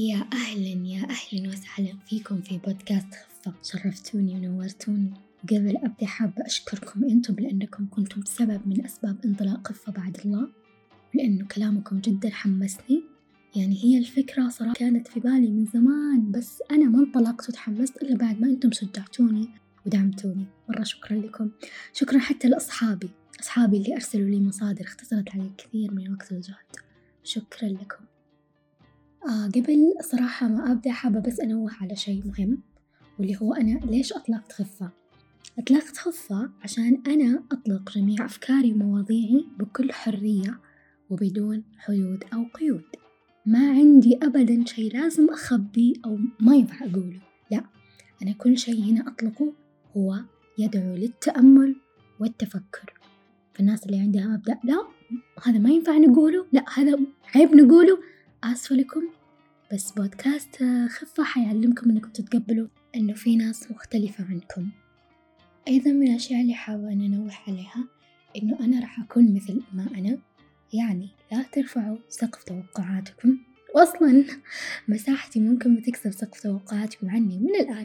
يا أهلا وسهلا فيكم في بودكاست خفة. شرفتوني ونورتوني. قبل أبدأ حابة أشكركم أنتم لأنكم كنتم سبب من أسباب انطلاق خفة بعد الله، لأنه كلامكم جدا حمسني. يعني هي الفكرة صراحة كانت في بالي من زمان، بس أنا ما انطلقت وتحمست إلا بعد ما أنتم شجعتوني ودعمتوني. مرة شكرا لكم. شكرا حتى لأصحابي اللي أرسلوا لي مصادر اختصرت علي كثير من الوقت والجهد. شكرا لكم. قبل صراحة ما أبدأ حابة بس أنوه على شيء مهم، واللي هو أنا ليش أطلقت خفة؟ أطلقت خفة عشان أنا أطلق جميع أفكاري ومواضيعي بكل حرية وبدون حدود أو قيود. ما عندي أبدا شيء لازم أخبيه أو ما ينفع أقوله، لا، أنا كل شيء هنا أطلقه هو يدعو للتأمل والتفكر. فالناس اللي عندها مبدأ لا هذا ما ينفع نقوله، لا هذا عيب نقوله، آسفة لكم، بس بودكاست خفة حيعلمكم أنكم تتقبلوا أنه في ناس مختلفة عنكم. أيضا من الأشياء اللي حابة أن أنوه عليها أنه أنا راح أكون مثل ما أنا، يعني لا ترفعوا سقف توقعاتكم، وأصلا مساحتي ممكن تكسر سقف توقعاتكم عني من الآن،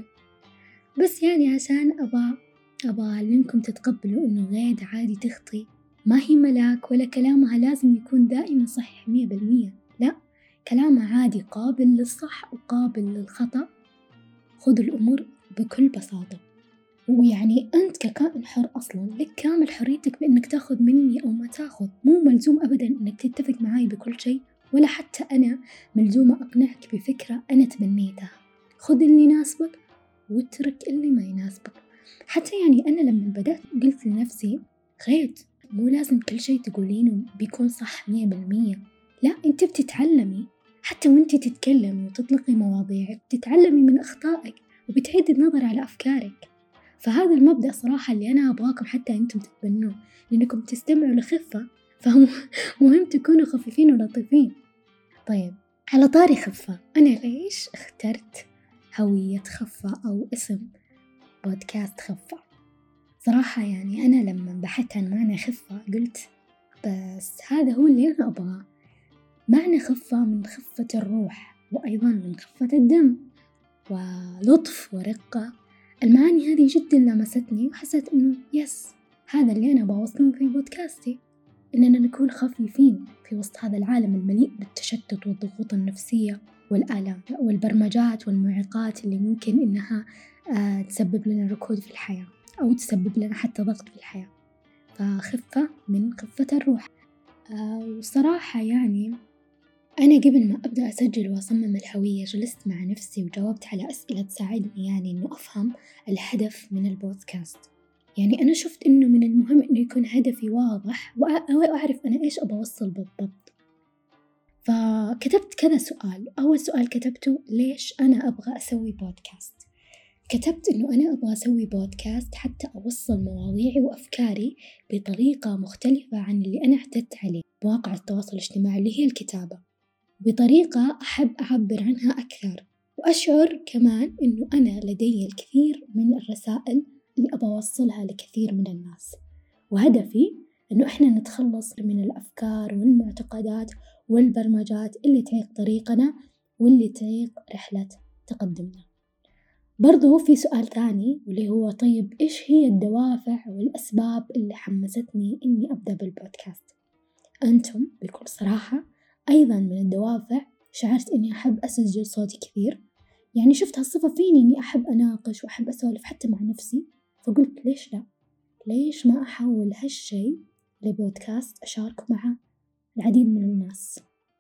بس يعني عشان أبغى أعلمكم تتقبلوا أنه غادة عادي تخطي، ما هي ملاك ولا كلامها لازم يكون دائما صحيح 100%، لا، كلامها عادي قابل للصح وقابل للخطأ. خذوا الأمور بكل بساطة، ويعني أنت ككائن حر أصلا لك كامل حريتك بأنك تاخذ مني أو ما تاخذ، مو ملزوم أبدا أنك تتفق معي بكل شيء، ولا حتى أنا ملزومة أقنعك بفكرة أنا تبنيتها. خذ اللي يناسبك واترك اللي ما يناسبك. حتى يعني أنا لما بدأت قلت لنفسي غيد مو لازم كل شيء تقولينه بيكون صح 100%، لا، أنت بتتعلمي حتى وأنت تتكلمي وتطلقي مواضيعك، بتتعلمي من أخطائك وبتعيدي النظر على أفكارك. فهذا المبدأ صراحة اللي أنا أبغاكم حتى أنتم تتبنوه، لأنكم تستمعوا لخفة، فمهم تكونوا خفيفين ولطيفين. طيب، على طاري خفة، أنا ليش اخترت هوية خفة أو اسم بودكاست خفة؟ صراحة يعني أنا لما بحثت عن معنى خفة قلت بس هذا هو اللي أنا أبغاه. معنى خفة من خفة الروح، وأيضا من خفة الدم ولطف ورقة. المعاني هذه جدا لمستني وحسيت إنه يس، هذا اللي أنا بوصله في بودكاستي، إننا نكون خفيفين في وسط هذا العالم المليء بالتشتت والضغوط النفسية والآلام والبرمجات والمعيقات اللي ممكن إنها تسبب لنا ركود في الحياة أو تسبب لنا حتى ضغط في الحياة. فخفة من خفة الروح. وصراحة يعني أنا قبل ما أبدأ أسجل وأصمم الهوية جلست مع نفسي وجاوبت على أسئلة تساعدني يعني إنه أفهم الهدف من البودكاست. يعني أنا شفت إنه من المهم إنه يكون هدفي واضح وأعرف أنا إيش أبغى أوصل بالضبط. فكتبت كذا سؤال. أول سؤال كتبته ليش أنا أبغى أسوي بودكاست؟ كتبت إنه أنا أبغى أسوي بودكاست حتى أوصل مواضيعي وأفكاري بطريقة مختلفة عن اللي أنا اعتدت عليه مواقع التواصل الاجتماعي اللي هي الكتابة، بطريقة أحب أعبر عنها أكثر، وأشعر كمان إنه أنا لدي الكثير من الرسائل اللي أبغى أوصلها لكثير من الناس، وهدفي إنه إحنا نتخلص من الأفكار والمعتقدات والبرمجات اللي تعيق طريقنا واللي تعيق رحلة تقدمنا. برضو في سؤال ثاني واللي هو طيب إيش هي الدوافع والأسباب اللي حمستني إني أبدأ بالبودكاست؟ أنتم بكل صراحة أيضا من الدوافع شعرت إني أحب أسجل صوتي كثير، يعني شفت هالصفة فيني إني أحب أناقش وأحب أسولف حتى مع نفسي، فقلت ليش لا؟ ليش ما أحول هالشي لبودكاست أشارك مع العديد من الناس؟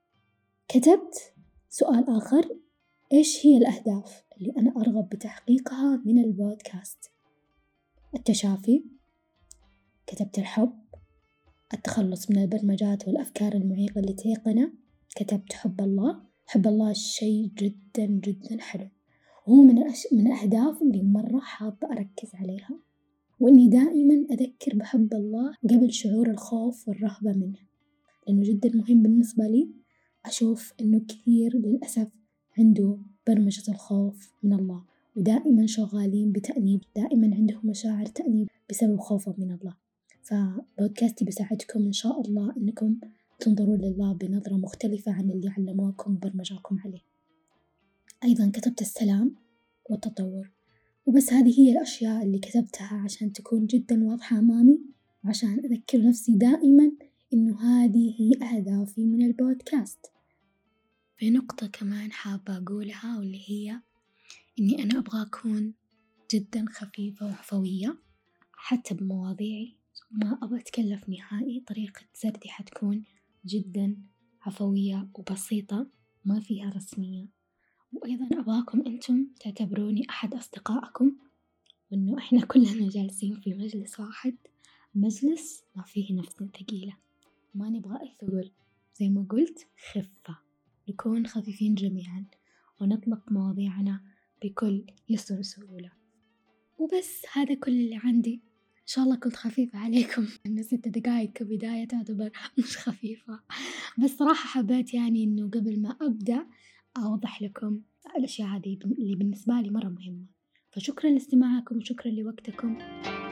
كتبت سؤال آخر، إيش هي الأهداف اللي أنا أرغب بتحقيقها من البودكاست؟ التشافي، كتبت الحب، التخلص من البرمجات والأفكار المعيقة اللي تعيقنا، كتبت حب الله. حب الله شيء جدا جدا حلو، وهو من الأهداف اللي مرة حابة أركز عليها، وإني دائما أذكر بحب الله قبل شعور الخوف والرهبة منه، لأنه جدا مهم بالنسبة لي. أشوف إنه كثير للأسف عنده برمجة الخوف من الله، ودائما شغالين بتأنيب، دائما عندهم مشاعر تأنيب بسبب خوفهم من الله. فبودكاستي بساعدكم إن شاء الله إنكم تنظروا لله بنظرة مختلفة عن اللي علموكم وبرمجوكم عليه. أيضا كتبت السلام والتطور. وبس هذه هي الأشياء اللي كتبتها عشان تكون جدا واضحة أمامي، وعشان أذكر نفسي دائما إنه هذه هي أهدافي من البودكاست. في نقطة كمان حابة أقولها، واللي هي إني أنا أبغى أكون جدا خفيفة وعفوية حتى بمواضيعي، ما أبغى أتكلف نهائي. طريقة سردي حتكون جدا عفوية وبسيطة ما فيها رسمية. وأيضا أبغاكم أنتم تعتبروني أحد أصدقائكم، وإنه إحنا كلنا جالسين في مجلس واحد، مجلس ما فيه نفس ثقيلة، ما نبغى أي ثقل. زي ما قلت خفة، نكون خفيفين جميعا ونطلق مواضيعنا بكل يسر وسهولة. وبس هذا كل اللي عندي. إن شاء الله كنت خفيفة عليكم إن 6 دقايق كبداية تعتبر مش خفيفة، بس صراحة حبيت يعني إنه قبل ما أبدأ أوضح لكم الأشياء هذه اللي بالنسبة لي مرة مهمة. فشكرا لاستماعكم وشكرا لوقتكم.